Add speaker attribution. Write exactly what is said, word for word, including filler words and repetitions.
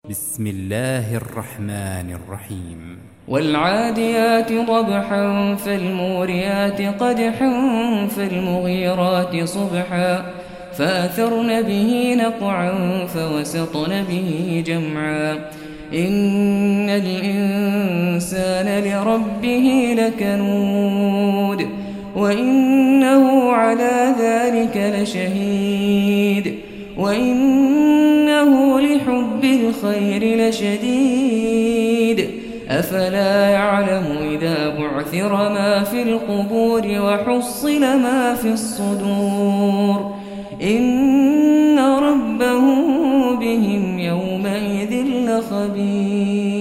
Speaker 1: بسم الله الرحمن الرحيم
Speaker 2: والعاديات ضبحا فالموريات قدحا فالمغيرات صبحا فأثرن به نقعا فوسطن به جمعا إن الإنسان لربه لكنود وإنه على ذلك لشهيد وإنه لحب الخير لشديد أفلا يعلم إذا بعثر ما في القبور وحصل ما في الصدور إن ربهم بهم يومئذ لخبير.